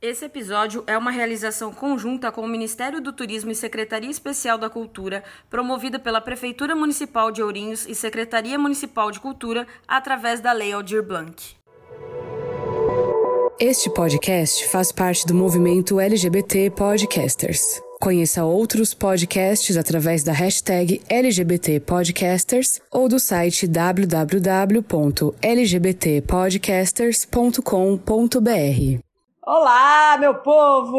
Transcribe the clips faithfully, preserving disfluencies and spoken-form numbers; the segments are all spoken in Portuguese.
Esse episódio é uma realização conjunta com o Ministério do Turismo e Secretaria Especial da Cultura, promovida pela Prefeitura Municipal de Ourinhos e Secretaria Municipal de Cultura, através da Lei Aldir Blanc. Este podcast faz parte do movimento L G B T Podcasters. Conheça outros podcasts através da hashtag L G B T Podcasters ou do site w w w ponto l g b t podcasters ponto com ponto b r. Olá, meu povo!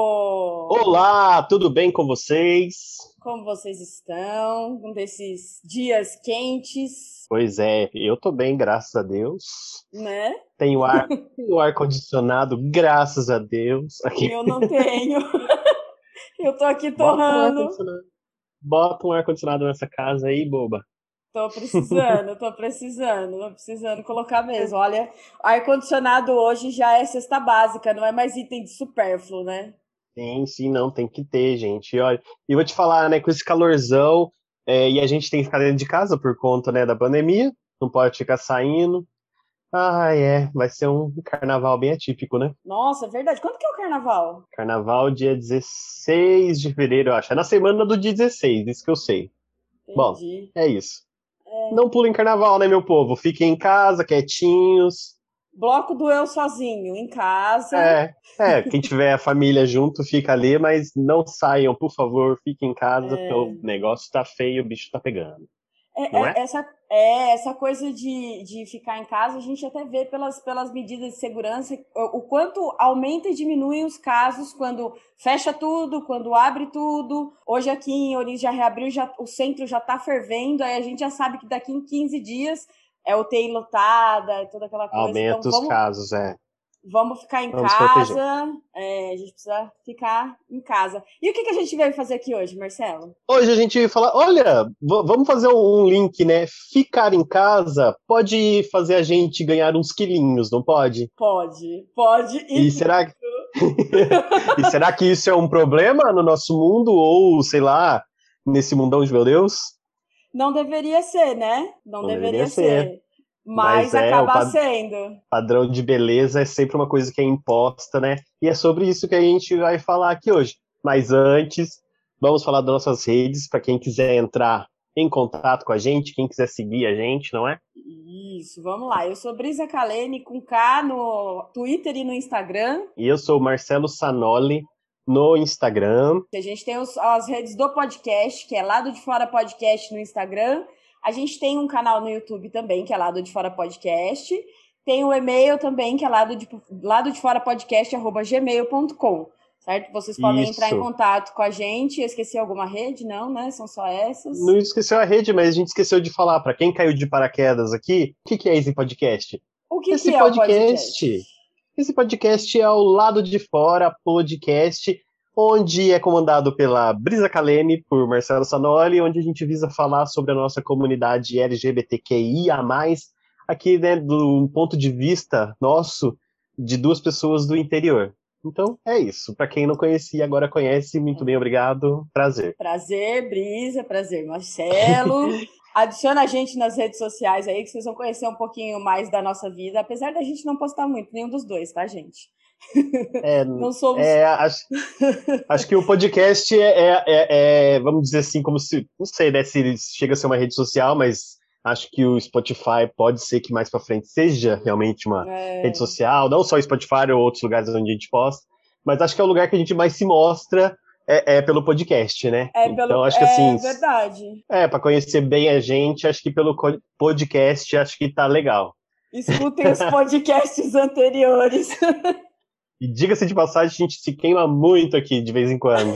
Olá, tudo bem com vocês? Como vocês estão? Um desses dias quentes. Pois é, eu tô bem, graças a Deus. Né? Tenho ar, tenho ar condicionado, graças a Deus. Aqui. Eu não tenho. Eu tô aqui Bota um torrando. ar-condicionado. Bota um ar-condicionado nessa casa aí, boba. Tô precisando, tô precisando, tô precisando colocar mesmo. Olha, ar-condicionado hoje já é cesta básica, não é mais item de supérfluo, né? Sim, sim, não, tem que ter, gente. E olha, e vou te falar, né, com esse calorzão, é, e a gente tem que ficar dentro de casa por conta, né, da pandemia, não pode ficar saindo. Ah, é, vai ser um carnaval bem atípico, né? Nossa, é verdade. Quando que é o carnaval? Carnaval dia dezesseis de fevereiro, eu acho. É na semana do dia dezesseis, isso que eu sei. Entendi. Bom, é isso. Não pulem carnaval, né, meu povo? Fiquem em casa, quietinhos. Bloco do eu sozinho, em casa. É, é, quem tiver a família junto, fica ali, mas não saiam, por favor, fiquem em casa, É. porque o negócio tá feio, o bicho tá pegando. É, Não é, é? essa, é, essa coisa de, de ficar em casa, a gente até vê pelas, pelas medidas de segurança o, o quanto aumenta e diminui os casos quando fecha tudo, quando abre tudo. Hoje aqui em Ourinhos já reabriu, já, o centro já está fervendo, aí a gente já sabe que daqui em quinze dias é U T I lotada, é toda aquela coisa. Aumenta então, os vamos, casos, é. Vamos ficar em Vamos casa, é, a gente precisa ficar em casa. E o que, que a gente veio fazer aqui hoje, Marcelo? Hoje a gente vai falar, olha, v- vamos fazer um link, né? Ficar em casa pode fazer a gente ganhar uns quilinhos, não pode? Pode, pode. E será que... e será que isso é um problema no nosso mundo? Ou, sei lá, nesse mundão de meu Deus? Não deveria ser, né? Não, Não deveria, deveria ser. ser. Mas, Mas é, acaba o pad- sendo. Padrão de beleza é sempre uma coisa que é imposta, né? E é sobre isso que a gente vai falar aqui hoje. Mas antes, vamos falar das nossas redes, para quem quiser entrar em contato com a gente, quem quiser seguir a gente, não é? Isso, vamos lá. Eu sou Brisa Kalene com K no Twitter e no Instagram. E eu sou o Marcelo Sanoli no Instagram. A gente tem os, as redes do podcast, que é Lado de Fora Podcast no Instagram. A gente tem um canal no YouTube também, que é Lado de Fora Podcast. Tem o e-mail também, que é lado de, lado de fora podcast arroba gmail ponto com, certo? Vocês podem Isso. entrar em contato com a gente. Eu esqueci alguma rede? Não, né? São só essas. Não esqueceu a rede, mas a gente esqueceu de falar. Para quem caiu de paraquedas aqui, o que, que é esse podcast? O que, esse que é o podcast? Esse podcast é o Lado de Fora Podcast, onde é comandado pela Brisa Kalene, por Marcelo Sanoli, onde a gente visa falar sobre a nossa comunidade L G B T Q I A mais, aqui, né, do ponto de vista nosso, de duas pessoas do interior. Então, é isso. Para quem não conhecia, agora conhece. Muito bem, obrigado. Prazer. Prazer, Brisa. Prazer, Marcelo. Adiciona a gente nas redes sociais aí, que vocês vão conhecer um pouquinho mais da nossa vida, apesar da gente não postar muito, nenhum dos dois, tá, gente? É, Não somos... é, acho, acho que o podcast é, é, é, é, vamos dizer assim, como se, não sei, né, se chega a ser uma rede social, mas acho que o Spotify pode ser que mais pra frente seja realmente uma É. rede social, não só o Spotify ou outros lugares onde a gente posta, mas acho que é o lugar que a gente mais se mostra é, é pelo podcast, né? É, então pelo... acho que assim, é verdade. é, para conhecer bem a gente, acho que pelo co- podcast, acho que tá legal. Escutem os podcasts anteriores. E diga-se de passagem, a gente se queima muito aqui de vez em quando.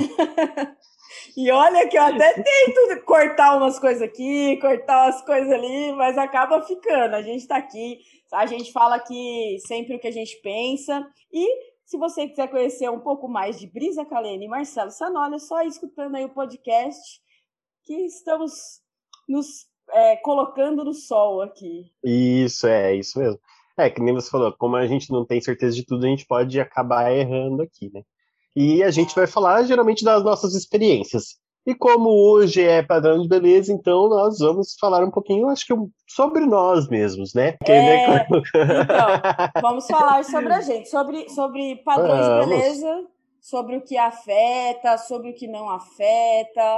E olha que eu até tento cortar umas coisas aqui, cortar umas coisas ali, mas acaba ficando. A gente tá aqui, a gente fala aqui sempre o que a gente pensa. E se você quiser conhecer um pouco mais de Brisa Kalene e Marcelo Sanoli, é só ir escutando aí o podcast, que estamos nos é, colocando no sol aqui. Isso, é, isso mesmo. É, que nem você falou, como a gente não tem certeza de tudo, a gente pode acabar errando aqui, né? E a gente vai falar geralmente das nossas experiências. E como hoje é padrão de beleza, então nós vamos falar um pouquinho, acho que sobre nós mesmos, né? Porque, né? É, então, vamos falar sobre a gente, sobre, sobre padrões de Vamos. beleza, sobre o que afeta, sobre o que não afeta.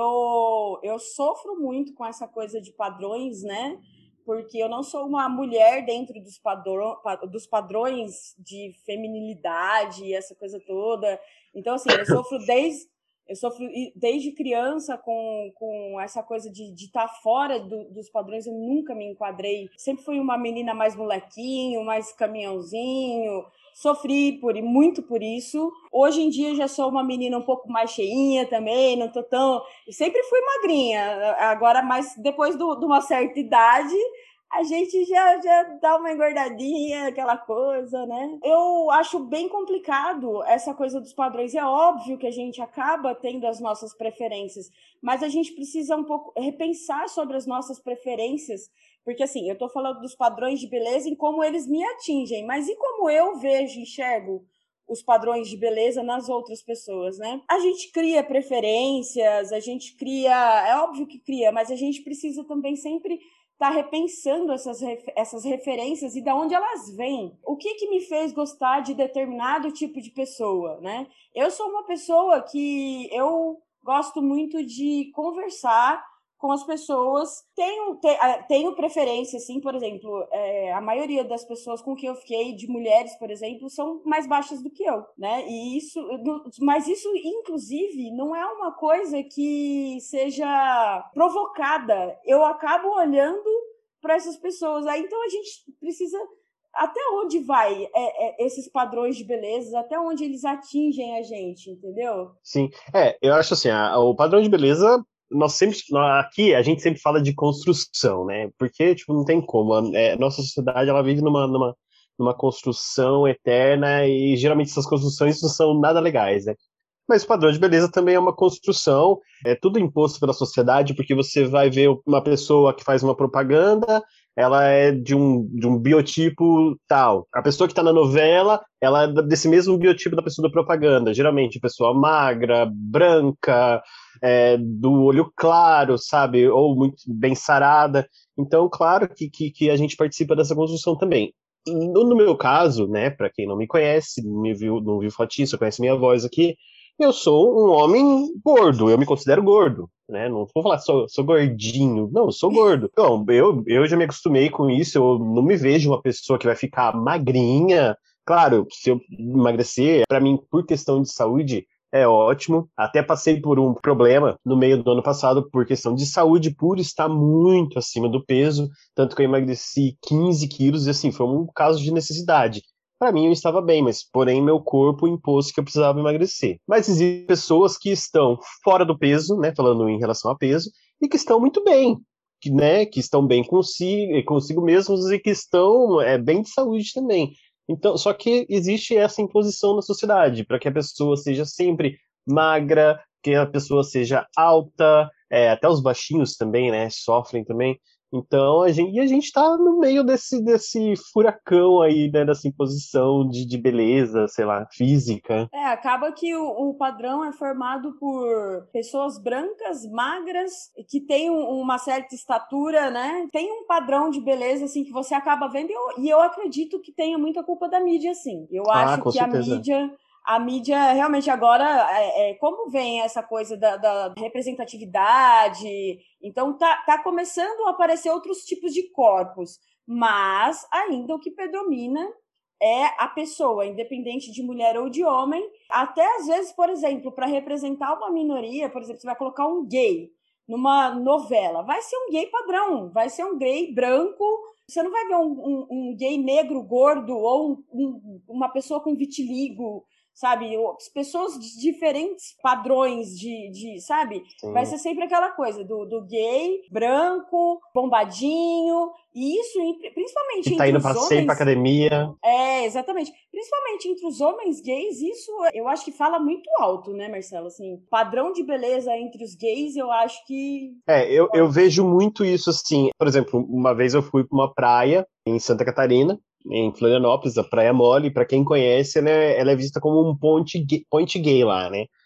Eu, eu sofro muito com essa coisa de padrões, né? Porque eu não sou uma mulher dentro dos, padrão, dos padrões de feminilidade, essa coisa toda. Então, assim, eu sofro desde... Eu sofro desde criança com, com essa coisa de estar tá fora do, dos padrões, eu nunca me enquadrei. Sempre fui uma menina mais molequinho, mais caminhãozinho. Sofri por, muito por isso. Hoje em dia já sou uma menina um pouco mais cheinha também, não tô tão... Eu sempre fui magrinha, agora, mas depois do, de uma certa idade... a gente já, já dá uma engordadinha, aquela coisa, né? Eu acho bem complicado essa coisa dos padrões. É óbvio que a gente acaba tendo as nossas preferências, mas a gente precisa um pouco repensar sobre as nossas preferências, porque assim, eu tô falando dos padrões de beleza em como eles me atingem, mas e como eu vejo, enxergo os padrões de beleza nas outras pessoas, né? A gente cria preferências, a gente cria... É óbvio que cria, mas a gente precisa também sempre tá repensando essas, essas referências e de onde elas vêm. O que que me fez gostar de determinado tipo de pessoa, né? Eu sou uma pessoa que eu gosto muito de conversar com as pessoas. Tenho, tenho preferência, assim, por exemplo, é, a maioria das pessoas com quem eu fiquei, de mulheres, por exemplo, são mais baixas do que eu, né? E isso, mas isso, inclusive, não é uma coisa que seja provocada. Eu acabo olhando para essas pessoas. Aí, então, a gente precisa... Até onde vai é, é, esses padrões de beleza, até onde eles atingem a gente, entendeu? Sim, é, eu acho assim, a, o padrão de beleza, nós sempre, aqui a gente sempre fala de construção, né, porque, tipo, não tem como, a é, nossa sociedade, ela vive numa, numa, numa construção eterna e geralmente essas construções não são nada legais, né, mas o padrão de beleza também é uma construção, é tudo imposto pela sociedade, porque você vai ver uma pessoa que faz uma propaganda, ela é de um, de um biotipo tal. A pessoa que está na novela, ela é desse mesmo biotipo da pessoa da propaganda. Geralmente, pessoa magra, branca, é, do olho claro, sabe? Ou muito bem sarada. Então, claro que, que, que a gente participa dessa construção também. No, no meu caso, né, para quem não me conhece, não me viu, não viu fotinho, só conhece minha voz aqui, eu sou um homem gordo, eu me considero gordo, né? Não vou falar sou, sou gordinho, não, eu sou gordo. Então, eu, eu já me acostumei com isso, eu não me vejo uma pessoa que vai ficar magrinha. Claro, se eu emagrecer, para mim, por questão de saúde, é ótimo. Até passei por um problema no meio do ano passado por questão de saúde, por estar muito acima do peso, tanto que eu emagreci quinze quilos, e assim, foi um caso de necessidade. Para mim eu estava bem, mas porém meu corpo impôs que eu precisava emagrecer. Mas existem pessoas que estão fora do peso, né, falando em relação a peso, e que estão muito bem, que, né, que estão bem consigo, consigo mesmos e que estão é, bem de saúde também. Então, só que existe essa imposição na sociedade para que a pessoa seja sempre magra, que a pessoa seja alta, é, até os baixinhos também, né, sofrem também. Então, a gente, e a gente tá no meio desse, desse furacão aí, né, dessa imposição de, de beleza, sei lá, física. É, acaba que o, o padrão é formado por pessoas brancas, magras, que têm um, uma certa estatura, né? Tem um padrão de beleza, assim, que você acaba vendo, e eu, e eu acredito que tenha muita culpa da mídia, assim. Eu Ah, acho com que a certeza. mídia... A mídia realmente agora, é, é, como vem essa coisa da, da representatividade, então tá, tá começando a aparecer outros tipos de corpos, mas ainda o que predomina é a pessoa, independente de mulher ou de homem. Até às vezes, por exemplo, para representar uma minoria, por exemplo, você vai colocar um gay numa novela, vai ser um gay padrão, vai ser um gay branco. Você não vai ver um, um, um gay negro gordo ou um, um, uma pessoa com vitiligo, sabe? Pessoas de diferentes padrões de, de sabe? Sim. Vai ser sempre aquela coisa do, do gay, branco, bombadinho, e isso principalmente que tá entre indo os passeio homens... pra academia. É, exatamente. Principalmente entre os homens gays, isso eu acho que fala muito alto, né, Marcelo? Assim, padrão de beleza entre os gays, eu acho que... É, eu, eu vejo muito isso, assim. Por exemplo, uma vez eu fui pra uma praia em Santa Catarina, em Florianópolis, a Praia Mole. Para quem conhece, ela é, ela é vista como um point gay, point gay lá, né?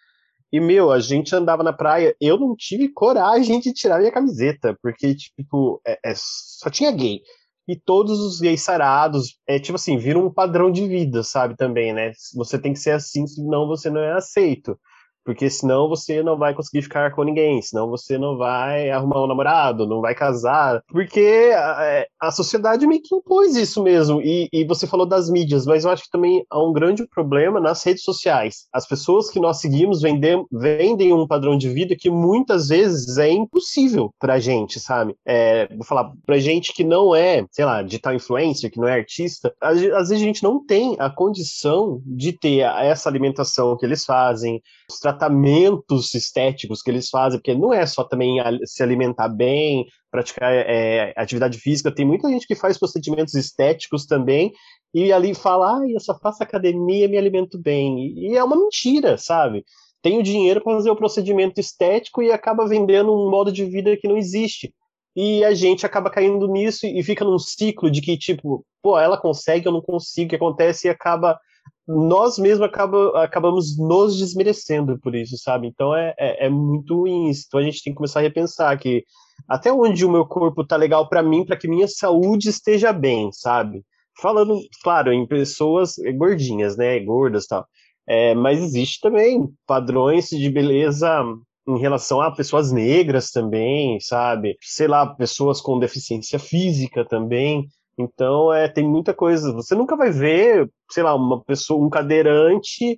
E, meu, a gente andava na praia, eu não tive coragem de tirar minha camiseta, porque, tipo, é, é- só tinha gay. E todos os gays sarados, é tipo assim, vira um padrão de vida, sabe, também, né? Você tem que ser assim, senão você não é aceito. Porque senão você não vai conseguir ficar com ninguém, senão você não vai arrumar um namorado, não vai casar. Porque a, é, a sociedade meio que impôs isso mesmo. E, e você falou das mídias, mas eu acho que também há um grande problema nas redes sociais. As pessoas que nós seguimos vendem, vendem um padrão de vida que muitas vezes é impossível pra gente, sabe? É, vou falar, pra gente que não é, sei lá, digital influencer, que não é artista, às vezes a gente não tem a condição de ter essa alimentação que eles fazem, os tratamentos estéticos que eles fazem, porque não é só também se alimentar bem, praticar é, atividade física, tem muita gente que faz procedimentos estéticos também, e ali fala, ah, eu só faço academia e me alimento bem, e é uma mentira, sabe? Tem o dinheiro para fazer o procedimento estético e acaba vendendo um modo de vida que não existe. E a gente acaba caindo nisso e fica num ciclo de que, tipo, pô, ela consegue, eu não consigo, o que acontece e acaba nós mesmos acaba, acabamos nos desmerecendo por isso, sabe? Então é, é, é muito ruim isso. Então a gente tem que começar a repensar que até onde o meu corpo tá legal para mim, para que minha saúde esteja bem, sabe? Falando, claro, em pessoas gordinhas, né? Gordas e tal. É, mas existe também padrões de beleza em relação a pessoas negras também, sabe? Sei lá, pessoas com deficiência física também. Então, é, tem muita coisa. Você nunca vai ver, sei lá, uma pessoa, um cadeirante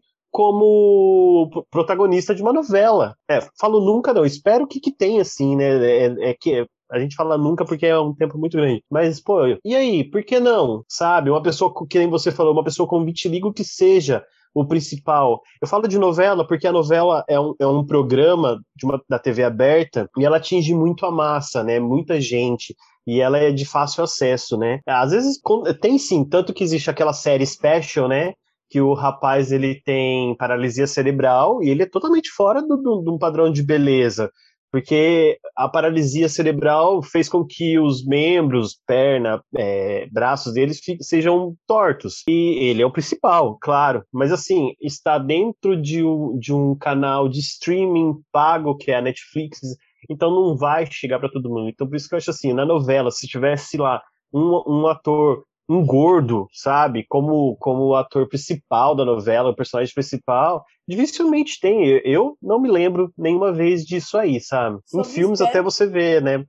como protagonista de uma novela. É, falo nunca não, espero que, que tenha, assim, né? É, é que a gente fala nunca porque é um tempo muito grande. Mas, pô, e aí, por que não? Sabe? Uma pessoa, que nem você falou, uma pessoa com vitiligo que seja o principal. Eu falo de novela porque a novela é um, é um programa de uma, da T V aberta e ela atinge muito a massa, né? Muita gente e ela é de fácil acesso, né? Às vezes tem sim, tanto que existe aquela série Special, né? Que o rapaz ele tem paralisia cerebral e ele é totalmente fora do, do, do padrão de beleza, porque a paralisia cerebral fez com que os membros, perna, é, braços deles sejam tortos. E ele é o principal, claro. Mas assim, está dentro de um, de um canal de streaming pago, que é a Netflix, então não vai chegar para todo mundo. Então por isso que eu acho assim, na novela, se tivesse lá um, um ator, um gordo, sabe, como como o ator principal da novela, o personagem principal, dificilmente tem. Eu, eu não me lembro nenhuma vez disso aí, sabe? Em Sobre filmes até você vê, né?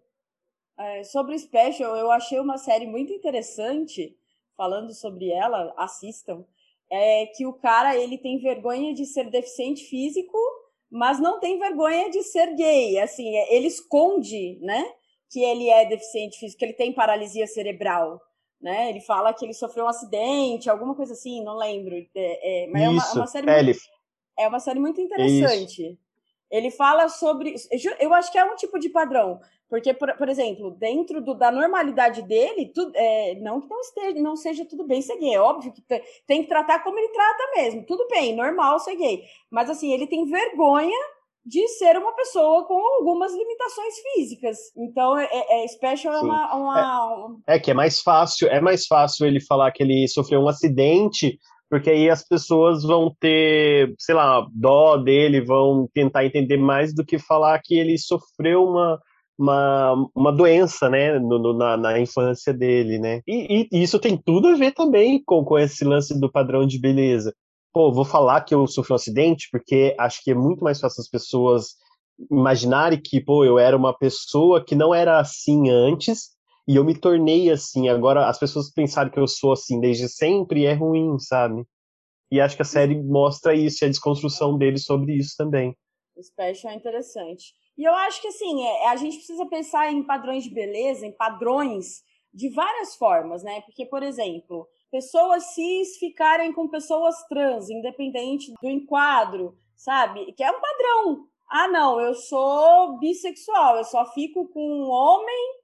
É, sobre Special, eu achei uma série muito interessante, falando sobre ela, assistam, é que o cara, ele tem vergonha de ser deficiente físico, mas não tem vergonha de ser gay, assim, ele esconde, né, que ele é deficiente físico, que ele tem paralisia cerebral, né, ele fala que ele sofreu um acidente, alguma coisa assim, não lembro, é, é, mas é uma, é uma Isso, série é, muito, ele, é uma série muito é isso. interessante. Ele fala sobre. Eu acho que é um tipo de padrão. Porque, por, por exemplo, dentro do, da normalidade dele, tu, é, não que não, esteja, não seja tudo bem ser gay. É óbvio que tem, tem que tratar como ele trata mesmo. Tudo bem, normal ser gay. Mas, assim, ele tem vergonha de ser uma pessoa com algumas limitações físicas. Então, é, é Special é Sim. uma, uma... É, é que é mais fácil, é mais fácil ele falar que ele sofreu um acidente, porque aí as pessoas vão ter, sei lá, dó dele, vão tentar entender mais do que falar que ele sofreu uma, uma, uma doença, né, no, no, na, na infância dele, né? E, e isso tem tudo a ver também com, com esse lance do padrão de beleza. Pô, vou falar que eu sofri um acidente, porque acho que é muito mais fácil as pessoas imaginarem que, pô, eu era uma pessoa que não era assim antes, e eu me tornei assim. Agora, as pessoas pensarem que eu sou assim desde sempre é ruim, sabe? E acho que a série mostra isso, e a desconstrução dele sobre isso também. O Special é interessante. E eu acho que, assim, é, a gente precisa pensar em padrões de beleza, em padrões de várias formas, né? Porque, por exemplo, pessoas cis ficarem com pessoas trans, independente do enquadro, sabe? Que é um padrão. Ah, não, eu sou bissexual, eu só fico com um homem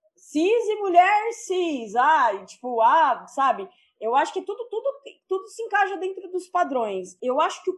cis e mulher cis. Ah, tipo, ah, sabe? Eu acho que tudo, tudo, tudo se encaixa dentro dos padrões. Eu acho que o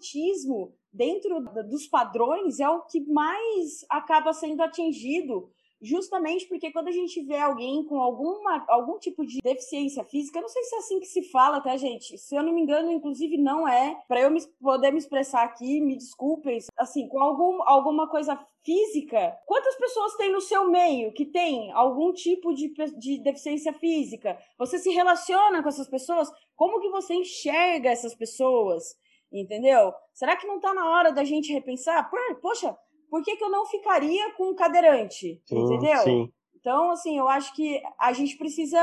capacitismo dentro dos padrões é o que mais acaba sendo atingido justamente porque quando a gente vê alguém com alguma, algum tipo de deficiência física, eu não sei se é assim que se fala, tá, gente? Se eu não me engano, inclusive não é, para eu me, poder me expressar aqui, me desculpem, assim, com algum, alguma coisa física, quantas pessoas tem no seu meio que tem algum tipo de, de deficiência física? Você se relaciona com essas pessoas? Como que você enxerga essas pessoas? Entendeu? Será que não tá na hora da gente repensar? Poxa, por que que eu não ficaria com um cadeirante? Sim, entendeu? Sim. Então, assim, eu acho que a gente precisa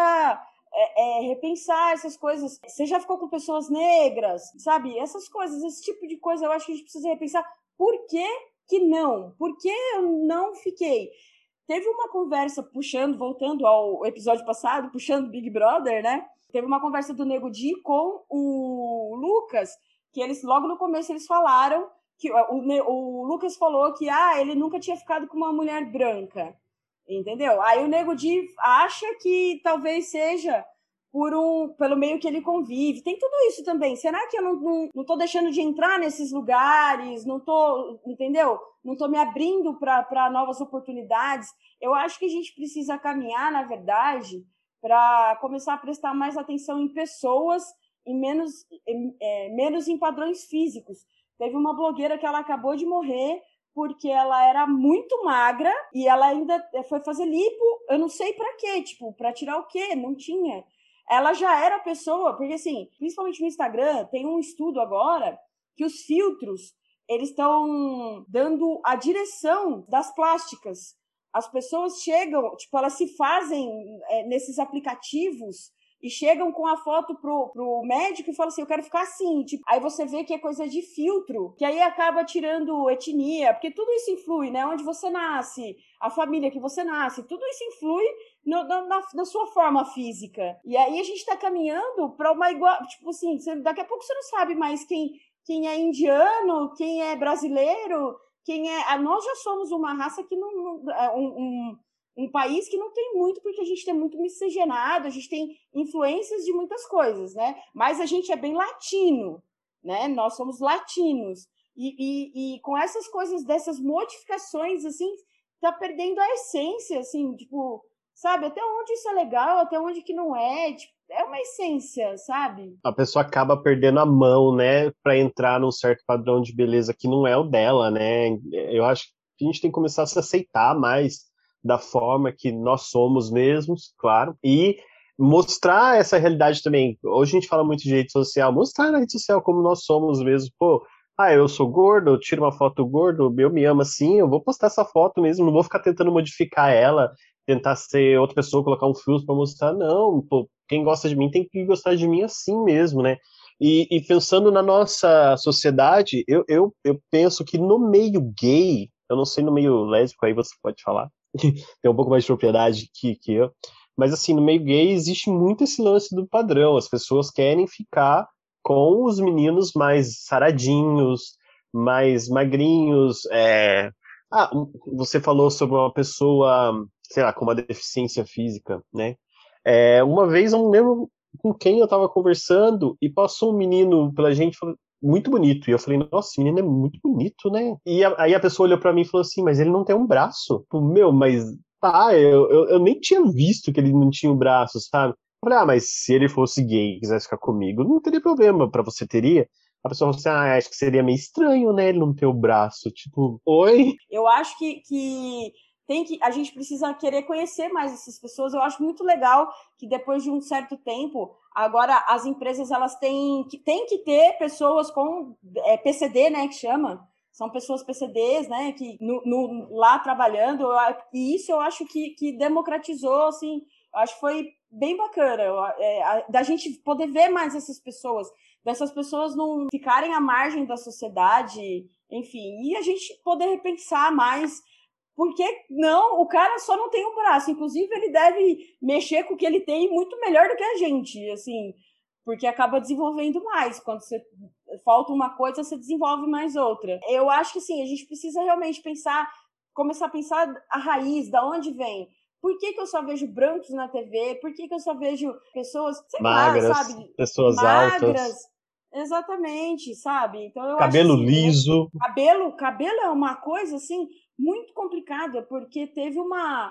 é, é, repensar essas coisas. Você já ficou com pessoas negras, sabe? Essas coisas, esse tipo de coisa, eu acho que a gente precisa repensar. Por que que não? Por que eu não fiquei? Teve uma conversa puxando, voltando ao episódio passado, puxando Big Brother, né? Teve uma conversa do Nego Di com o Lucas, que eles, logo no começo, eles falaram que o, o Lucas falou que ah, ele nunca tinha ficado com uma mulher branca, entendeu? Aí o Nego Di acha que talvez seja por um, pelo meio que ele convive. Tem tudo isso também. Será que eu não, não, não tô deixando de entrar nesses lugares? Não tô, entendeu? Não tô me abrindo para novas oportunidades? Eu acho que a gente precisa caminhar, na verdade, para começar a prestar mais atenção em pessoas e menos, é, menos em padrões físicos. Teve uma blogueira que ela acabou de morrer porque ela era muito magra e ela ainda foi fazer lipo, eu não sei pra quê, tipo, pra tirar o quê? Não tinha. Ela já era pessoa, porque assim, principalmente no Instagram, tem um estudo agora que os filtros, eles estão dando a direção das plásticas. As pessoas chegam, tipo, elas se fazem é, nesses aplicativos e chegam com a foto pro, pro médico e falam assim, eu quero ficar assim. Tipo, aí você vê que é coisa de filtro, que aí acaba tirando etnia, porque tudo isso influi, né? Onde você nasce, a família que você nasce, tudo isso influi no, na, na sua forma física. E aí a gente tá caminhando para uma igual... Tipo assim, você, daqui a pouco você não sabe mais quem, quem é indiano, quem é brasileiro, quem é... Nós já somos uma raça que não... não um, um, um país que não tem muito, porque a gente é muito miscigenado, a gente tem influências de muitas coisas, né? Mas a gente é bem latino, né? Nós somos latinos. E, e, e com essas coisas, dessas modificações, assim, tá perdendo a essência, assim, tipo, sabe? Até onde isso é legal, até onde que não é, tipo, é uma essência, sabe? A pessoa acaba perdendo a mão, né, para entrar num certo padrão de beleza que não é o dela, né? Eu acho que a gente tem que começar a se aceitar mais da forma que nós somos mesmos, claro, e mostrar essa realidade também. Hoje a gente fala muito de rede social, mostrar na rede social como nós somos mesmo. Pô, ah, eu sou gordo, eu tiro uma foto gordo, eu me amo assim, eu vou postar essa foto mesmo, não vou ficar tentando modificar ela, tentar ser outra pessoa, colocar um filtro para mostrar, não, pô, quem gosta de mim tem que gostar de mim assim mesmo, né? E, e pensando na nossa sociedade, eu, eu, eu penso que no meio gay, eu não sei no meio lésbico, aí você pode falar, tem um pouco mais de propriedade que, que eu, mas assim, no meio gay existe muito esse lance do padrão, as pessoas querem ficar com os meninos mais saradinhos, mais magrinhos, é... ah, você falou sobre uma pessoa, sei lá, com uma deficiência física, né, é, uma vez eu não lembro com quem eu tava conversando e passou um menino pela gente, falou, muito bonito. E eu falei, nossa, esse menino é muito bonito, né? E a, aí a pessoa olhou pra mim e falou assim, mas ele não tem um braço. Tipo, meu, mas tá, eu, eu, eu nem tinha visto que ele não tinha um braço, sabe? Eu falei, ah, mas se ele fosse gay e quisesse ficar comigo, não teria problema, pra você teria? A pessoa falou assim, ah, acho que seria meio estranho, né, ele não ter o braço. Tipo, oi? Eu acho que... que... Tem que, a gente precisa querer conhecer mais essas pessoas. Eu acho muito legal que depois de um certo tempo, agora as empresas elas têm que, têm que ter pessoas com é, P C D, né, que chama. São pessoas P C Ds, né, que no, no, lá trabalhando. Eu, e isso eu acho que, que democratizou, assim, eu acho que foi bem bacana. Eu, é, a, da gente poder ver mais essas pessoas, dessas pessoas não ficarem à margem da sociedade, enfim, e a gente poder repensar mais. Porque, não, o cara só não tem um braço. Inclusive, ele deve mexer com o que ele tem muito melhor do que a gente, assim, porque acaba desenvolvendo mais. Quando você falta uma coisa, você desenvolve mais outra. Eu acho que, sim, a gente precisa realmente pensar, começar a pensar a raiz, da onde vem. Por que que eu só vejo brancos na T V? Por que que eu só vejo pessoas, sei magras, lá, sabe? pessoas magras. altas. Exatamente, sabe? Então, eu cabelo acho assim, liso. Cabelo, cabelo é uma coisa, assim, muito complicada, porque teve uma,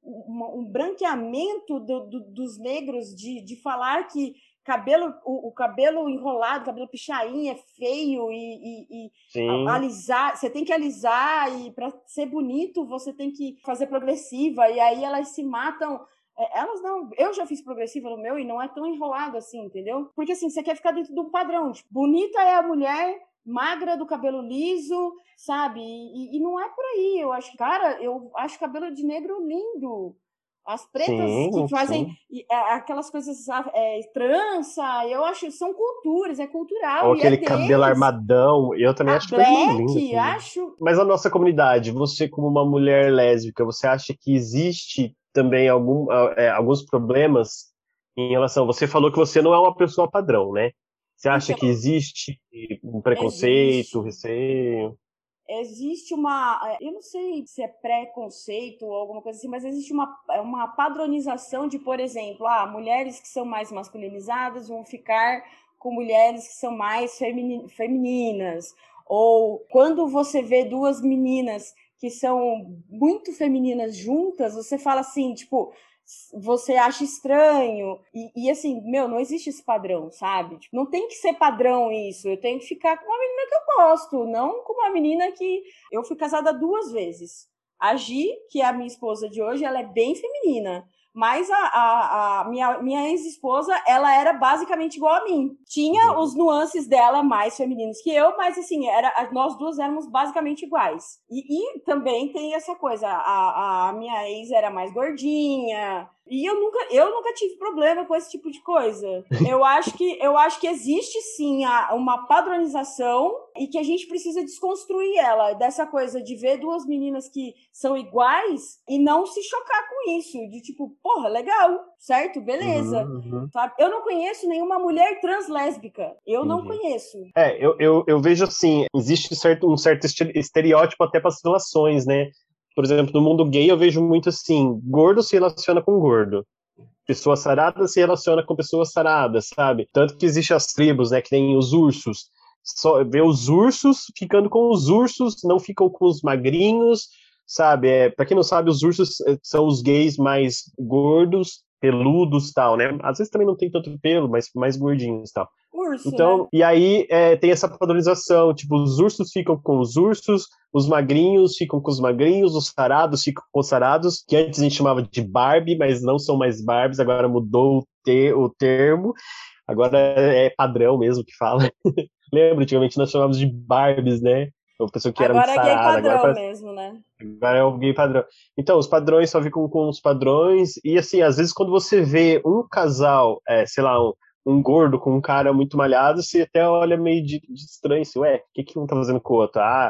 um, um branqueamento do, do, dos negros de, de falar que cabelo, o, o cabelo enrolado, cabelo pichain é feio e, e, e alisar, você tem que alisar e para ser bonito você tem que fazer progressiva e aí elas se matam. Elas não, eu já fiz progressiva no meu e não é tão enrolado assim, entendeu? Porque assim, você quer ficar dentro de um padrão, tipo, bonita é a mulher magra do cabelo liso, sabe? E, e não é por aí, eu acho, cara, eu acho cabelo de negro lindo. As pretas sim, que fazem é, aquelas coisas é, trança, eu acho, são culturas, é cultural. Ou e aquele é cabelo armadão, eu também a acho black, lindo. Assim. Acho... Mas a nossa comunidade, você como uma mulher lésbica, você acha que existe também algum, é, alguns problemas em relação... Você falou que você não é uma pessoa padrão, né? Você acha então, que existe um preconceito, existe. receio? Existe uma, eu não sei se é preconceito ou alguma coisa assim, mas existe uma, uma padronização de, por exemplo, ah, mulheres que são mais masculinizadas vão ficar com mulheres que são mais femininas. Ou quando você vê duas meninas que são muito femininas juntas, você fala assim, tipo, você acha estranho, e, e assim, meu, não existe esse padrão, sabe? Tipo, não tem que ser padrão isso, eu tenho que ficar com uma menina que eu gosto, não com uma menina que... Eu fui casada duas vezes. A Gi, que é a minha esposa de hoje, ela é bem feminina, mas a, a, a minha, minha ex-esposa, ela era basicamente igual a mim. Tinha uhum. os nuances dela mais femininos que eu, mas assim, era, nós duas éramos basicamente iguais. E, e também tem essa coisa, a, a minha ex era mais gordinha, e eu nunca, eu nunca tive problema com esse tipo de coisa. Eu acho que, eu acho que existe sim a, uma padronização e que a gente precisa desconstruir ela, dessa coisa de ver duas meninas que são iguais e não se chocar com isso, de tipo, porra, legal, certo? Beleza. Uhum, uhum. Sabe? Eu não conheço nenhuma mulher translésbica. Eu Entendi. não conheço. É, eu, eu, eu vejo assim, existe certo, um certo estereótipo até para as relações, né? Por exemplo, no mundo gay eu vejo muito assim, gordo se relaciona com gordo. Pessoa sarada se relaciona com pessoas saradas, sabe? Tanto que existem as tribos, né, que tem os ursos. Só vê os ursos ficando com os ursos, não ficam com os magrinhos, sabe? É, para quem não sabe, os ursos são os gays mais gordos, peludos, tal, né? Às vezes também não tem tanto pelo, mas mais gordinhos, tal. Urso, então, né? E aí é, tem essa padronização, tipo, os ursos ficam com os ursos, os magrinhos ficam com os magrinhos, os sarados ficam com os sarados, que antes a gente chamava de Barbie, mas não são mais Barbies, agora mudou o, te, o termo, agora é padrão mesmo que fala. Lembra, antigamente nós chamávamos de Barbies, né? Uma pessoa que agora era muito é sarada. gay padrão agora parece... mesmo, né? Agora é o gay padrão. Então, os padrões só ficam com os padrões, e assim, às vezes quando você vê um casal, é, sei lá, um, um gordo com um cara muito malhado, você até olha meio de, de estranho, assim, ué, o que, que um tá fazendo com o outro? Ah,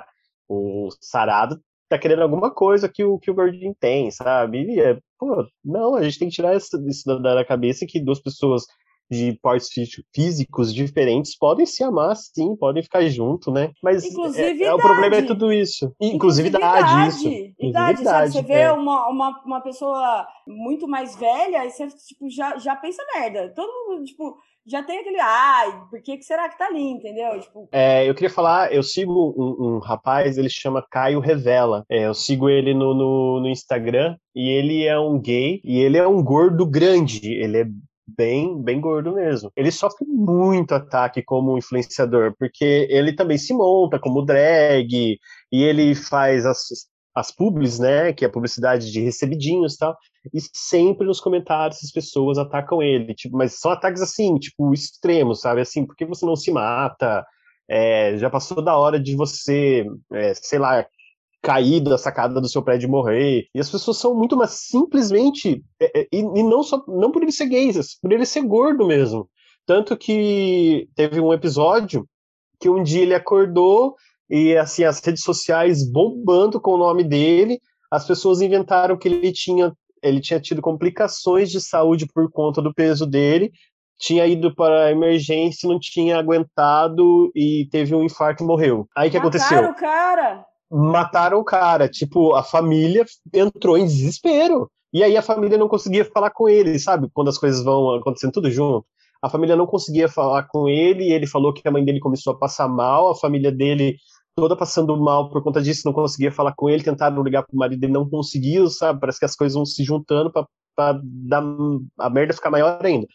o sarado tá querendo alguma coisa que o, que o gordinho tem, sabe? E é, pô, não, a gente tem que tirar isso, isso da, da cabeça que duas pessoas de portes físicos diferentes podem se amar, sim, podem ficar junto, né? Mas é, é, o problema é tudo isso. Inclusividade, isso. Idade, sabe? Você vê é. uma, uma, uma pessoa muito mais velha e você tipo, já, já pensa merda. Todo mundo, tipo, já tem aquele, ai, por que, que será que tá ali, entendeu? Tipo... É, eu queria falar, eu sigo um, um rapaz, ele chama Caio Revela. É, eu sigo ele no, no, no Instagram e ele é um gay e ele é um gordo grande. Ele é bem, bem gordo mesmo. Ele sofre muito ataque como influenciador, porque ele também se monta como drag, e ele faz as, as publis, né, que é a publicidade de recebidinhos e tal, e sempre nos comentários as pessoas atacam ele, tipo, mas são ataques assim, tipo, extremos, sabe, assim, por que você não se mata? É, já passou da hora de você, é, sei lá, cair da sacada do seu prédio e morrer. E as pessoas são muito, mas simplesmente, e, e não só, não por ele ser gay, por ele ser gordo mesmo. Tanto que teve um episódio que um dia ele acordou e assim as redes sociais bombando com o nome dele, as pessoas inventaram que ele tinha, ele tinha tido complicações de saúde por conta do peso dele, tinha ido para a emergência, não tinha aguentado e teve um infarto e morreu. Aí o que aconteceu? Mataram o cara! Mataram o cara, tipo, a família entrou em desespero, e aí a família não conseguia falar com ele, sabe, quando as coisas vão acontecendo tudo junto, a família não conseguia falar com ele, e ele falou que a mãe dele começou a passar mal, a família dele toda passando mal por conta disso, não conseguia falar com ele, tentaram ligar pro marido e não conseguiu, sabe? Parece que as coisas vão se juntando pra, pra dar a merda ficar maior ainda.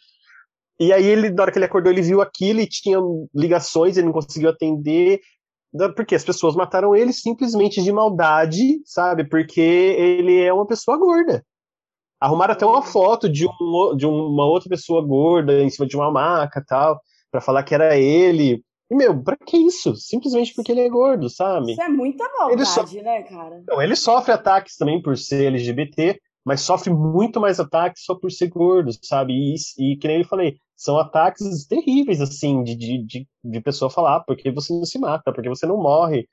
E aí, ele, na hora que ele acordou, ele viu aquilo e tinha ligações, ele não conseguiu atender, porque as pessoas mataram ele simplesmente de maldade, sabe? Porque ele é uma pessoa gorda. Arrumaram até uma foto de, um, de uma outra pessoa gorda em cima de uma maca e tal, pra falar que era ele. E, meu, pra que isso? Simplesmente porque ele é gordo, sabe? Isso é muita maldade, so... né, cara? Não, ele sofre ataques também por ser L G B T, mas sofre muito mais ataques só por ser gordo, sabe? E, e que nem eu falei, são ataques terríveis, assim, de, de, de, de pessoa falar, porque você não se mata, porque você não morre.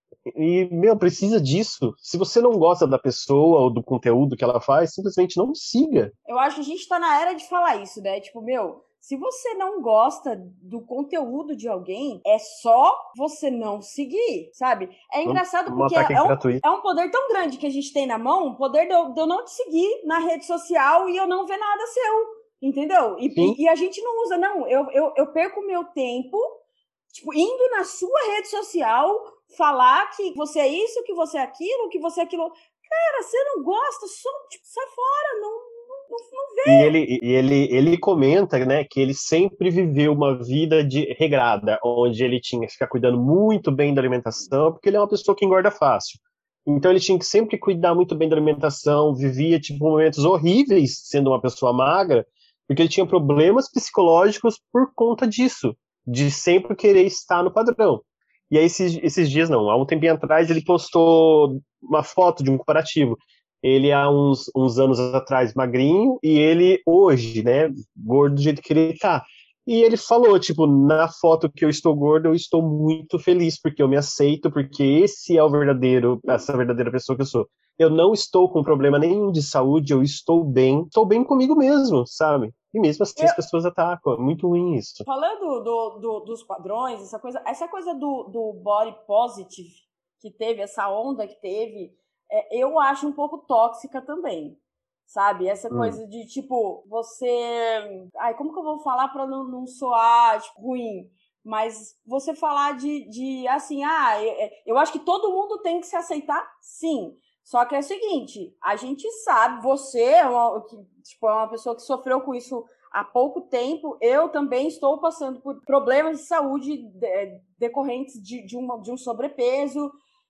E, meu, precisa disso. Se você não gosta da pessoa ou do conteúdo que ela faz, simplesmente não siga. Eu acho que a gente tá na era de falar isso, né? Tipo, meu, se você não gosta do conteúdo de alguém, é só você não seguir, sabe? É engraçado um, porque um é, é, um, gratuito. é um poder tão grande que a gente tem na mão, o poder de eu, de eu não te seguir na rede social e eu não ver nada seu, entendeu? E, e, e a gente não usa, não. Eu, eu, eu perco o meu tempo, tipo, indo na sua rede social falar que você é isso, que você é aquilo, que você é aquilo. Cara, você não gosta, só, tipo, sai fora, não, não, não vê. E ele, e ele, ele comenta, né, que ele sempre viveu uma vida de regrada, onde ele tinha que ficar cuidando muito bem da alimentação, porque ele é uma pessoa que engorda fácil. Então ele tinha que sempre cuidar muito bem da alimentação, vivia, tipo, momentos horríveis sendo uma pessoa magra, porque ele tinha problemas psicológicos por conta disso, de sempre querer estar no padrão. E aí, esses, esses dias, não, há um tempinho atrás, ele postou uma foto de um comparativo. Ele, há uns, uns anos atrás, magrinho, e ele, hoje, né, gordo do jeito que ele tá. E ele falou, tipo, na foto que eu estou gordo, eu estou muito feliz, porque eu me aceito, porque esse é o verdadeiro, essa verdadeira pessoa que eu sou. Eu não estou com problema nenhum de saúde, eu estou bem, estou bem comigo mesmo, sabe? E mesmo assim eu... as pessoas atacam, é muito ruim isso. Falando do, do, dos padrões, essa coisa, essa coisa do, do body positive que teve, essa onda que teve, é, eu acho um pouco tóxica também, sabe? Essa hum. coisa de, tipo, você... Ai, como que eu vou falar pra não, não soar, tipo, ruim? Mas você falar de, de assim, ah, eu, eu acho que todo mundo tem que se aceitar, sim. Só que é o seguinte, a gente sabe, você é uma, tipo, é uma pessoa que sofreu com isso há pouco tempo, eu também estou passando por problemas de saúde de, decorrentes de, de, uma, de um sobrepeso,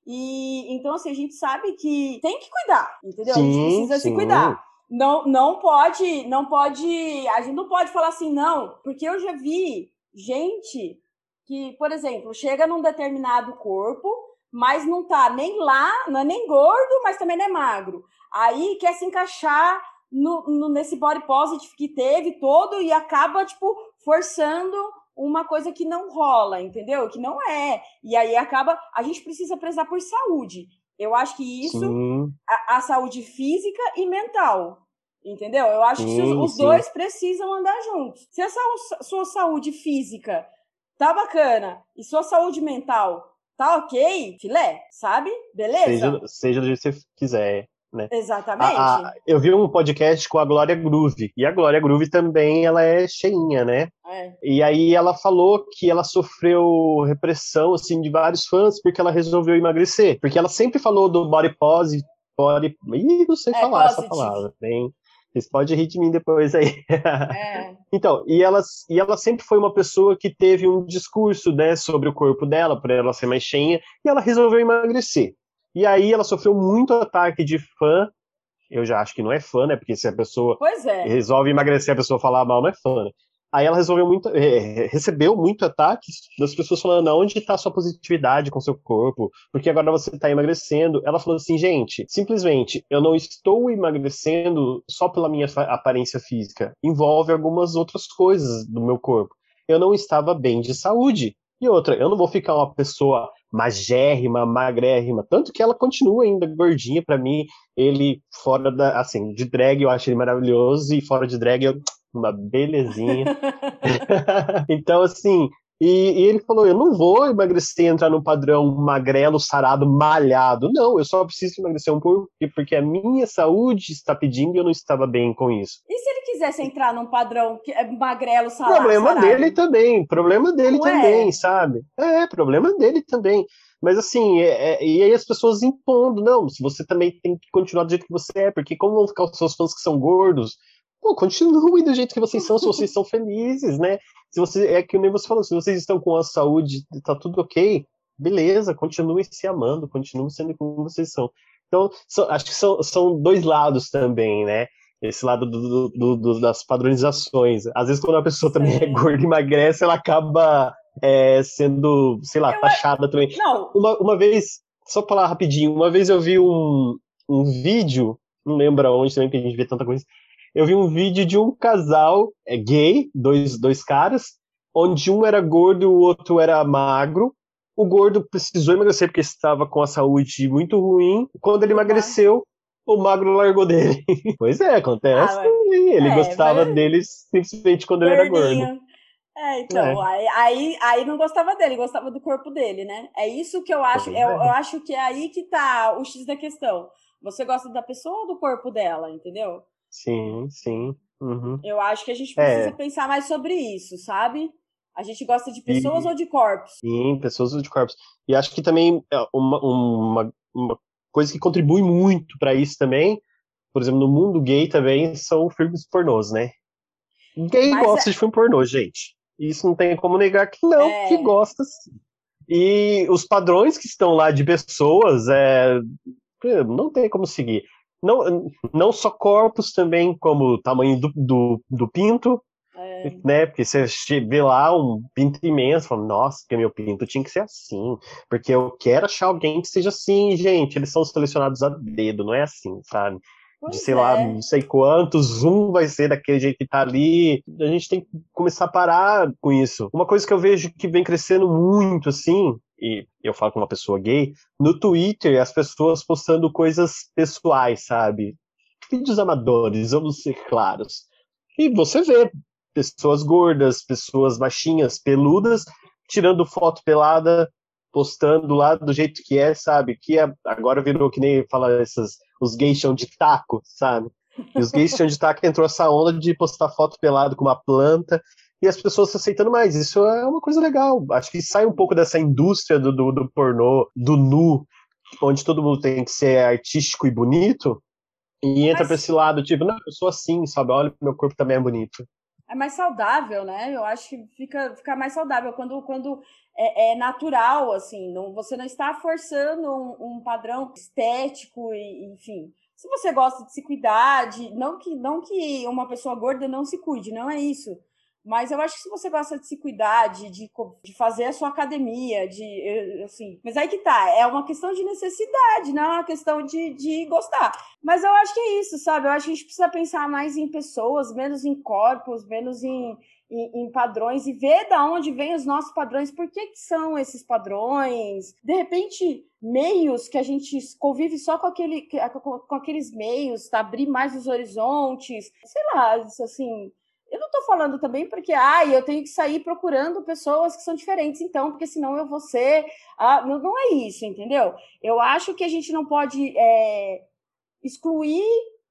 e então assim, a gente sabe que tem que cuidar, entendeu? Sim, a gente precisa sim. se cuidar. Não, não pode, não pode, a gente não pode falar assim, não, porque eu já vi gente que, por exemplo, chega num determinado corpo, mas não tá nem lá, não é nem gordo, mas também não é magro. Aí quer se encaixar no, no, nesse body positive que teve todo e acaba, tipo, forçando uma coisa que não rola, entendeu? Que não é. E aí acaba... A gente precisa prezar por saúde. Eu acho que isso... A, a saúde física e mental. Entendeu? Eu acho sim, que os, os dois precisam andar juntos. Se a sua, sua saúde física tá bacana e sua saúde mental... Tá ok, filé, sabe? Beleza? Seja, seja do jeito que você quiser, né? Exatamente. A, a, eu vi um podcast com a Glória Groove, e a Glória Groove também, ela é cheinha, né? É. E aí ela falou que ela sofreu repressão, assim, de vários fãs, porque ela resolveu emagrecer. Porque ela sempre falou do body positive, body... Ih, não sei é, falar positive. Essa palavra, bem... Vocês podem rir de mim depois aí. É. Então, e ela, e ela sempre foi uma pessoa que teve um discurso, né, sobre o corpo dela, para ela ser mais cheinha, e ela resolveu emagrecer. E aí ela sofreu muito ataque de fã. Eu já acho que não é fã, né? Porque se a pessoa é. resolve emagrecer, a pessoa falar mal, não é fã, né? Aí ela resolveu muito, é, recebeu muito ataque das pessoas falando, onde está a sua positividade com o seu corpo? Porque agora você está emagrecendo. Ela falou assim, gente, simplesmente, eu não estou emagrecendo só pela minha aparência física. Envolve algumas outras coisas do meu corpo. Eu não estava bem de saúde. E outra, eu não vou ficar uma pessoa magérrima, magrérrima. Tanto que ela continua ainda gordinha pra mim. Ele fora da, assim, de drag eu acho ele maravilhoso. E fora de drag eu... uma belezinha. Então, assim, E, e ele falou, eu não vou emagrecer e entrar num padrão magrelo, sarado, malhado. Não, eu só preciso emagrecer um pouco porque a minha saúde está pedindo e eu não estava bem com isso. E se ele quisesse entrar num padrão que é magrelo, sarado? Problema dele também, problema dele não também, é. sabe? É, problema dele também. Mas assim, é, é, e aí as pessoas impondo, não, se você também tem que continuar do jeito que você é, porque como vão ficar os seus fãs que são gordos? Pô, continue do jeito que vocês são, se vocês são felizes, né? Se você, é que nem você falou, se vocês estão com a saúde, tá tudo ok, beleza, continue se amando, continue sendo como vocês são. Então, so, acho que são, são dois lados também, né? Esse lado do, do, do, das padronizações. Às vezes, quando a pessoa também Sim. é gorda e emagrece, ela acaba é, sendo, sei lá, Eu- taxada também. Não, Uma, uma vez, só pra falar rapidinho, uma vez eu vi um, um vídeo, não lembro aonde também, que a gente vê tanta coisa. Eu vi um vídeo de um casal é, gay, dois, dois caras, onde um era gordo e o outro era magro. O gordo precisou emagrecer porque estava com a saúde muito ruim. Quando ele O emagreceu, o magro largou dele. Pois é, acontece. Ah, mas- Ele é, gostava mas- dele simplesmente quando ele era gordo. gordinho. É, então, É. Aí, aí, aí não gostava dele, gostava do corpo dele, né? É isso que eu acho, Pois eu, é. eu acho que é aí que tá o X da questão. Você gosta da pessoa ou do corpo dela, entendeu? Sim, sim. Uhum. Eu acho que a gente É. precisa pensar mais sobre isso, sabe? A gente gosta de pessoas E- ou de corpos? Sim, pessoas de corpos. E acho que também é uma, uma, uma coisa que contribui muito para isso também, por exemplo, no mundo gay também, são filmes pornôs, né? Gay Mas gosta de filme pornô, gente. Isso não tem como negar que não, É. que gosta sim. E os padrões que estão lá de pessoas, é, não tem como seguir. Não, não só corpos também, como o tamanho do, do, do pinto, é, né? Porque você vê lá um pinto imenso, fala, nossa, porque meu pinto tinha que ser assim, porque eu quero achar alguém que seja assim, gente. Eles são selecionados a dedo, não é assim, sabe? De pois sei lá, é. não sei quantos, um vai ser daquele jeito que tá ali. A gente tem que começar a parar com isso. Uma coisa que eu vejo que vem crescendo muito, assim, e eu falo com uma pessoa gay, no Twitter, as pessoas postando coisas pessoais, sabe? Vídeos amadores, vamos ser claros. E você vê pessoas gordas, pessoas baixinhas, peludas, tirando foto pelada, postando lá do jeito que é, sabe? Que é, agora virou que nem fala essas, os gays chão de taco, sabe? E os gays chão de taco entrou essa onda de postar foto pelado com uma planta e as pessoas se aceitando mais. Isso é uma coisa legal. Acho que sai um pouco dessa indústria do, do, do pornô, do nu, onde todo mundo tem que ser artístico e bonito, e entra Mas- pra esse lado, tipo, não, eu sou assim, sabe? Olha, meu corpo também é bonito. É mais saudável, né? Eu acho que fica, fica mais saudável quando, quando é, é natural, assim. Não, você não está forçando um, um padrão estético, e, enfim. Se você gosta de se cuidar, de, não, que, não que uma pessoa gorda não se cuide, não é isso. Mas eu acho que se você gosta de se cuidar, de, de, de fazer a sua academia, de assim. Mas aí que tá, é uma questão de necessidade, não é uma questão de, de gostar. Mas eu acho que é isso, sabe? Eu acho que a gente precisa pensar mais em pessoas, menos em corpos, menos em, em, em padrões, e ver de onde vêm os nossos padrões, por que, que são esses padrões. De repente, meios que a gente convive só com, aquele, com, com aqueles meios, tá? Abrir mais os horizontes, sei lá, assim. Eu não tô falando também porque, ah, eu tenho que sair procurando pessoas que são diferentes, então, porque senão eu vou ser... Ah, não, não é isso, entendeu? Eu acho que a gente não pode é, excluir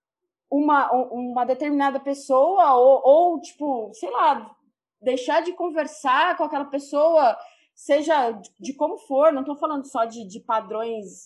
uma, uma determinada pessoa ou, ou, tipo, sei lá, deixar de conversar com aquela pessoa, seja de como for, não tô falando só de, de padrões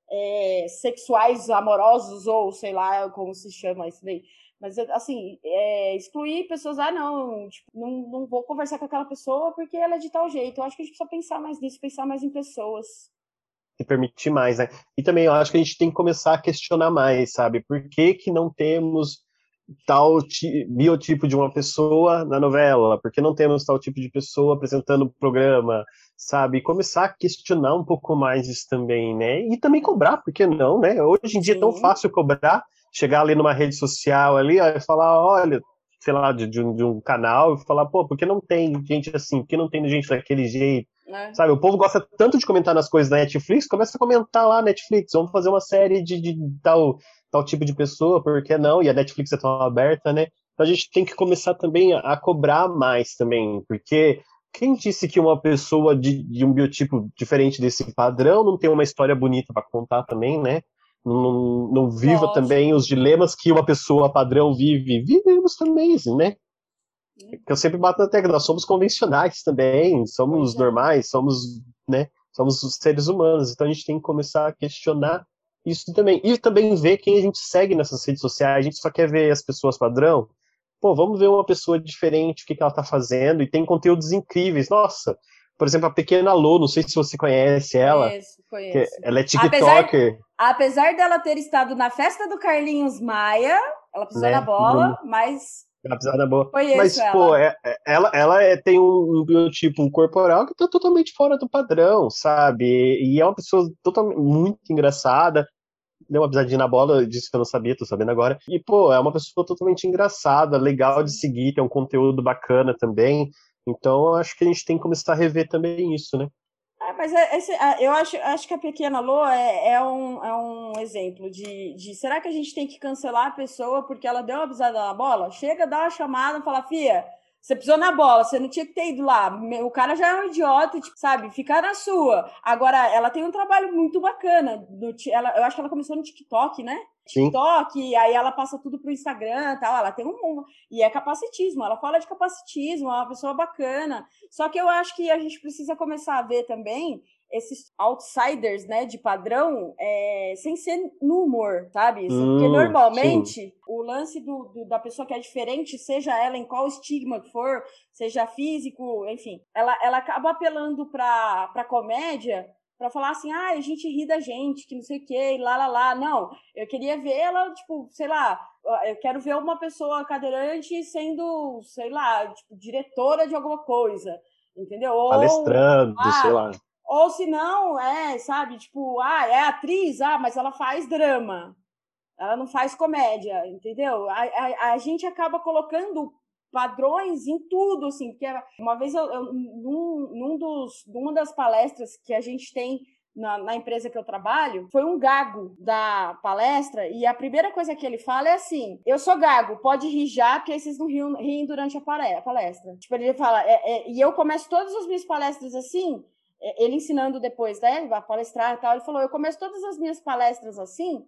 é, sexuais amorosos ou, sei lá, como se chama isso daí. Mas, assim, é, excluir pessoas, ah, não, tipo, não, não vou conversar com aquela pessoa porque ela é de tal jeito. Eu acho que a gente precisa pensar mais nisso, pensar mais em pessoas. Se permitir mais, né? E também eu acho que a gente tem que começar a questionar mais, sabe? Por que que não temos tal biotipo de uma pessoa na novela? Por que não temos tal tipo de pessoa apresentando o programa, sabe? E começar a questionar um pouco mais isso também, né? E também cobrar, por que não, né? Hoje em dia é tão fácil cobrar, chegar ali numa rede social ali, ó, e falar, olha, sei lá, de, de, um, de um canal, e falar, pô, por que não tem gente assim? Por que não tem gente daquele jeito? É. Sabe, o povo gosta tanto de comentar nas coisas da Netflix, começa a comentar lá, Netflix, vamos fazer uma série de, de tal, tal tipo de pessoa, por que não? E a Netflix é tão aberta, né? Então a gente tem que começar também a, a cobrar mais também, porque quem disse que uma pessoa de, de um biotipo diferente desse padrão não tem uma história bonita para contar também, né? Não, não viva Lógico. também os dilemas que uma pessoa padrão vive. Vivemos também, assim, né? Que eu sempre bato na tecla, nós somos convencionais também, somos Pois é. normais, somos, né? Somos os seres humanos, então a gente tem que começar a questionar isso também. E também ver quem a gente segue nessas redes sociais, a gente só quer ver as pessoas padrão. Pô, vamos ver uma pessoa diferente, o que, que ela tá fazendo, e tem conteúdos incríveis. Nossa, por exemplo, a Pequena Lô, não sei se você conhece ela, Conheço, que conheço. ela é Apesar, TikToker, apesar dela ter estado na festa do Carlinhos Maia, ela pisou na né? bola, mas Uma pisada boa. conheço Mas, pô, ela. é- é- ela, ela é- tem um, um biotipo corporal que tá totalmente fora do padrão, sabe? E é uma pessoa totalmente muito engraçada. Deu uma pisadinha na bola, disse que eu não sabia, tô sabendo agora. E, pô, é uma pessoa totalmente engraçada, legal de seguir, tem um conteúdo bacana também. Então, eu acho que a gente tem que começar a rever também isso, né? Ah, mas é- esse- ah, eu acho, acho que a Pequena Lô é, é um, é um exemplo de, de será que a gente tem que cancelar a pessoa porque ela deu uma pisada na bola? Chega, dá uma chamada e fala, fia, você pisou na bola, você não tinha que ter ido lá. O cara já é um idiota, tipo, sabe? Fica na sua. Agora, ela tem um trabalho muito bacana. Do, ela, eu acho que ela começou no TikTok, né? Sim. TikTok, aí ela passa tudo pro Instagram e tal. Ela tem um, um. E é capacitismo, ela fala de capacitismo, é uma pessoa bacana. Só que eu acho que a gente precisa começar a ver também esses outsiders, né, de padrão, é, sem ser no humor, sabe? Hum, Porque sim. normalmente o lance do, do- da pessoa que é diferente, seja ela em qual estigma que for, seja físico, enfim, ela, ela acaba apelando pra, pra comédia pra falar assim, ah, a gente ri da gente, que não sei o que, e lá, lá, lá. Não, eu queria ver ela, tipo, sei lá, eu quero ver uma pessoa cadeirante sendo, sei lá, tipo, diretora de alguma coisa, entendeu? Ou, Palestrando, sei ah, lá. ou se não, é, sabe, tipo, ah, é atriz, ah, mas ela faz drama. Ela não faz comédia, entendeu? A, a, a gente acaba colocando padrões em tudo, assim, porque uma vez eu, eu num, num dos, numa das palestras que a gente tem na, na empresa que eu trabalho, foi um gago da palestra, e a primeira coisa que ele fala é assim, eu sou gago, pode rir já, porque aí vocês não riam, riem durante a palestra. Tipo, ele fala, é, é, e eu começo todas as minhas palestras assim, ele ensinando depois, né, a palestrar e tal, ele falou, eu começo todas as minhas palestras assim,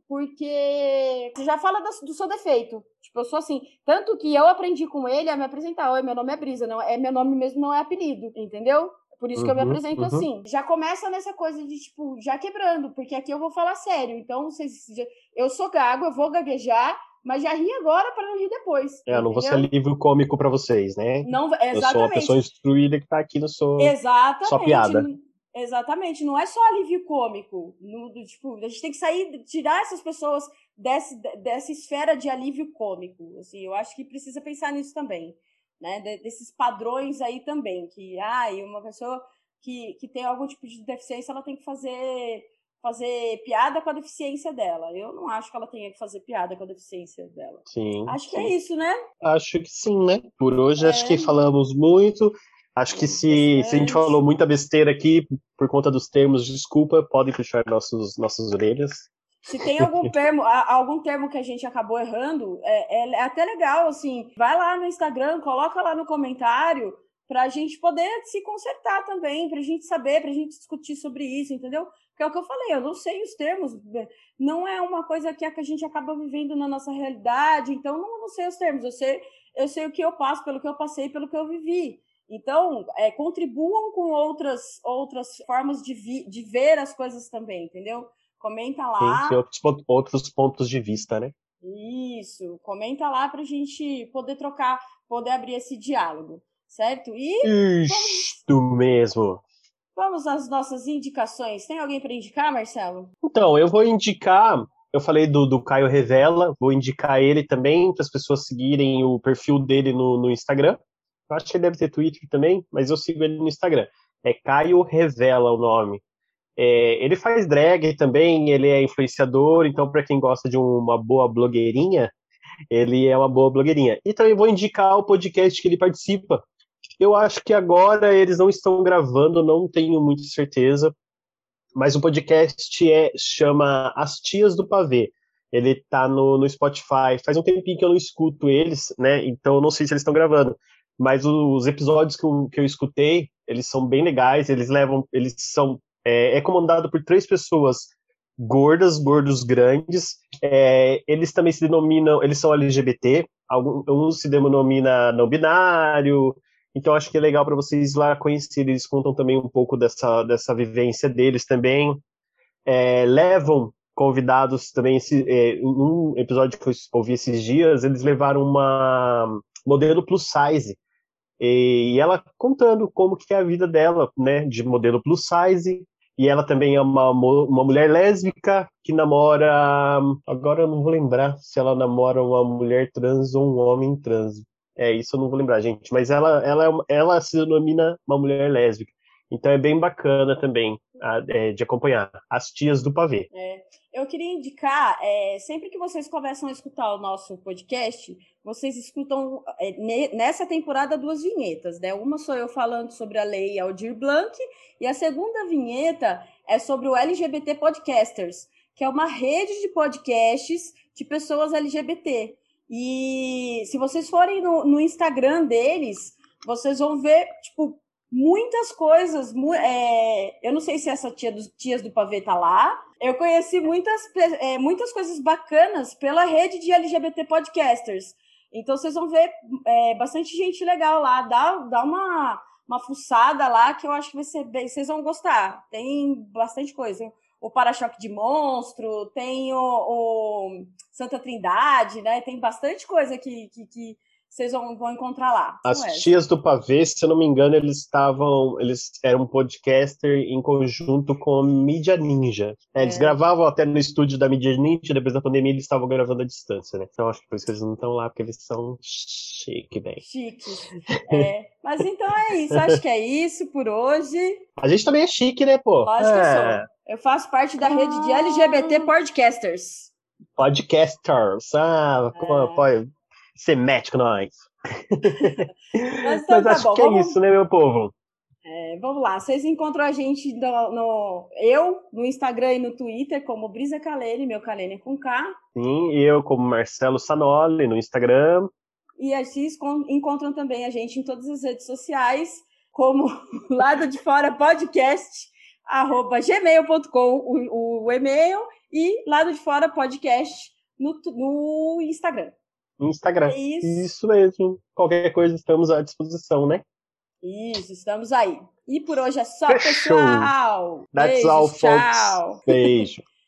porque você já fala do, do seu defeito, tipo, eu sou assim, tanto que eu aprendi com ele a me apresentar, oi, meu nome é Brisa, não, é meu nome mesmo, não é apelido, entendeu? Por isso que eu me Uhum, apresento uhum. assim. Já começa nessa coisa de, tipo, já quebrando, porque aqui eu vou falar sério, então, vocês, eu sou gago, eu vou gaguejar, mas já ri agora para não rir depois, É, eu não vou ser entendeu? livro cômico pra vocês, né? Não, Eu sou uma pessoa exatamente. instruída que tá aqui, não sou só Exatamente, piada. n- exatamente. Não é só alívio cômico. No- do, tipo, a gente tem que sair, tirar essas pessoas desse, dessa esfera de alívio cômico. Assim, eu acho que precisa pensar nisso também, né? De- desses padrões aí também, que ah, e uma pessoa que, que tem algum tipo de deficiência, ela tem que fazer fazer piada com a deficiência dela. Eu não acho que ela tenha que fazer piada com a deficiência dela. Sim, Acho que sim. é isso, né? Acho que sim, né? Por hoje acho É, que falamos muito. Acho que se, se a gente bastante. falou muita besteira aqui por conta dos termos, desculpa, podem puxar nossos, nossas orelhas. Se tem algum termo, a- algum termo que a gente acabou errando, é, é- é até legal, assim, vai lá no Instagram, coloca lá no comentário pra gente poder se consertar também, pra gente saber, pra gente discutir sobre isso, entendeu? Porque é o que eu falei, eu não sei os termos, não é uma coisa que, a que a gente acaba vivendo na nossa realidade, então não, não sei os termos, eu sei, eu sei o que eu passo, pelo que eu passei, pelo que eu vivi. Então, é, contribuam com outras, outras formas de, vi, de ver as coisas também, entendeu? Comenta Sim, lá. tem outros, pon- outros pontos de vista, né? Isso, comenta lá pra gente poder trocar, poder abrir esse diálogo, certo? E Isto mesmo. vamos às nossas indicações. Tem alguém para indicar, Marcelo? Então, eu vou indicar, eu falei do, do Caio Revela, vou indicar ele também, para as pessoas seguirem o perfil dele no, no Instagram. Eu acho que ele deve ter Twitter também, mas eu sigo ele no Instagram. É Caio Revela o nome. É, ele faz drag também, ele é influenciador, então para quem gosta de uma boa blogueirinha, ele é uma boa blogueirinha. E também vou indicar o podcast que ele participa. Eu acho que agora eles não estão gravando, não tenho muita certeza, mas o podcast é, chama As Tias do Pavê. Ele tá no, no Spotify. Faz um tempinho que eu não escuto eles, né? Então não sei se eles estão gravando. mas os episódios que eu, que eu escutei, eles são bem legais, eles levam, eles são, é, é comandado por três pessoas gordas, gordos grandes, é, eles também se denominam, eles são L G B T, alguns um se denomina não binário, então acho que é legal para vocês lá conhecerem, eles contam também um pouco dessa, dessa vivência deles também, é, levam convidados também, esse, é, um episódio que eu ouvi esses dias, eles levaram uma modelo plus size, e ela contando como que é a vida dela, né, de modelo plus size, e ela também é uma, uma mulher lésbica que namora, agora eu não vou lembrar se ela namora uma mulher trans ou um homem trans, é, isso eu não vou lembrar, gente, mas ela, ela, é uma, ela se denomina uma mulher lésbica, então é bem bacana também a, é, de acompanhar, As Tias do Pavê. É, eu queria indicar, é, sempre que vocês começam a escutar o nosso podcast, vocês escutam é, ne, nessa temporada duas vinhetas, né? Uma sou eu falando sobre a Lei Aldir Blanc e a segunda vinheta é sobre o L G B T Podcasters, que é uma rede de podcasts de pessoas L G B T. E se vocês forem no, no Instagram deles, vocês vão ver, tipo, muitas coisas, é, eu não sei se essa tia dos Tias do Pavê tá lá, eu conheci muitas, é, muitas coisas bacanas pela rede de L G B T Podcasters, então vocês vão ver é, bastante gente legal lá, dá, dá uma, uma fuçada lá que eu acho que vai ser bem, vocês vão gostar, tem bastante coisa, o Para-Choque de Monstro, tem o, o Santa Trindade, né, tem bastante coisa que, que, que vocês vão, vão encontrar lá. As Tias do Pavê, se eu não me engano, eles estavam, eles eram um podcaster em conjunto com a Mídia Ninja. É, eles é. gravavam até no estúdio da Mídia Ninja, depois da pandemia eles estavam gravando à distância, né? Então acho que por isso que eles não estão lá, porque eles são chique, bem. Chiques. É. Mas então é isso, acho que é isso por hoje. A gente também é chique, né, pô? Lógico é. que eu sou. Eu faço parte da rede de L G B T Podcasters. Podcasters. Ah, é. pode... Você mete com nós. Mas, então, Mas tá acho bom, que vamos... é isso, né, meu povo? É, vamos lá. Vocês encontram a gente no, no... Eu, no Instagram e no Twitter, como Brisa Kalene, meu Kalene é com K. Sim, e eu como Marcelo Sanoli no Instagram. E vocês encontram também a gente em todas as redes sociais, como Lado de Fora Podcast, arroba gmail ponto com, o, o e-mail, e Lado de Fora Podcast no, no Instagram. Instagram. É isso. Isso mesmo. Qualquer coisa estamos à disposição, né? Isso, estamos aí. E por hoje é só, Fechou. pessoal. That's Beijo, all, tchau. folks. Beijo.